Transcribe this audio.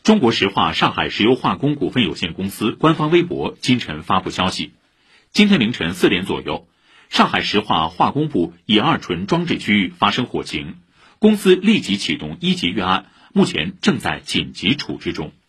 中国石化上海石油化工股份有限公司官方微博今晨发布消息，今天凌晨4点左右，上海石化化工部乙二醇装置区域发生火情，公司立即启动1级预案，目前正在紧急处置中。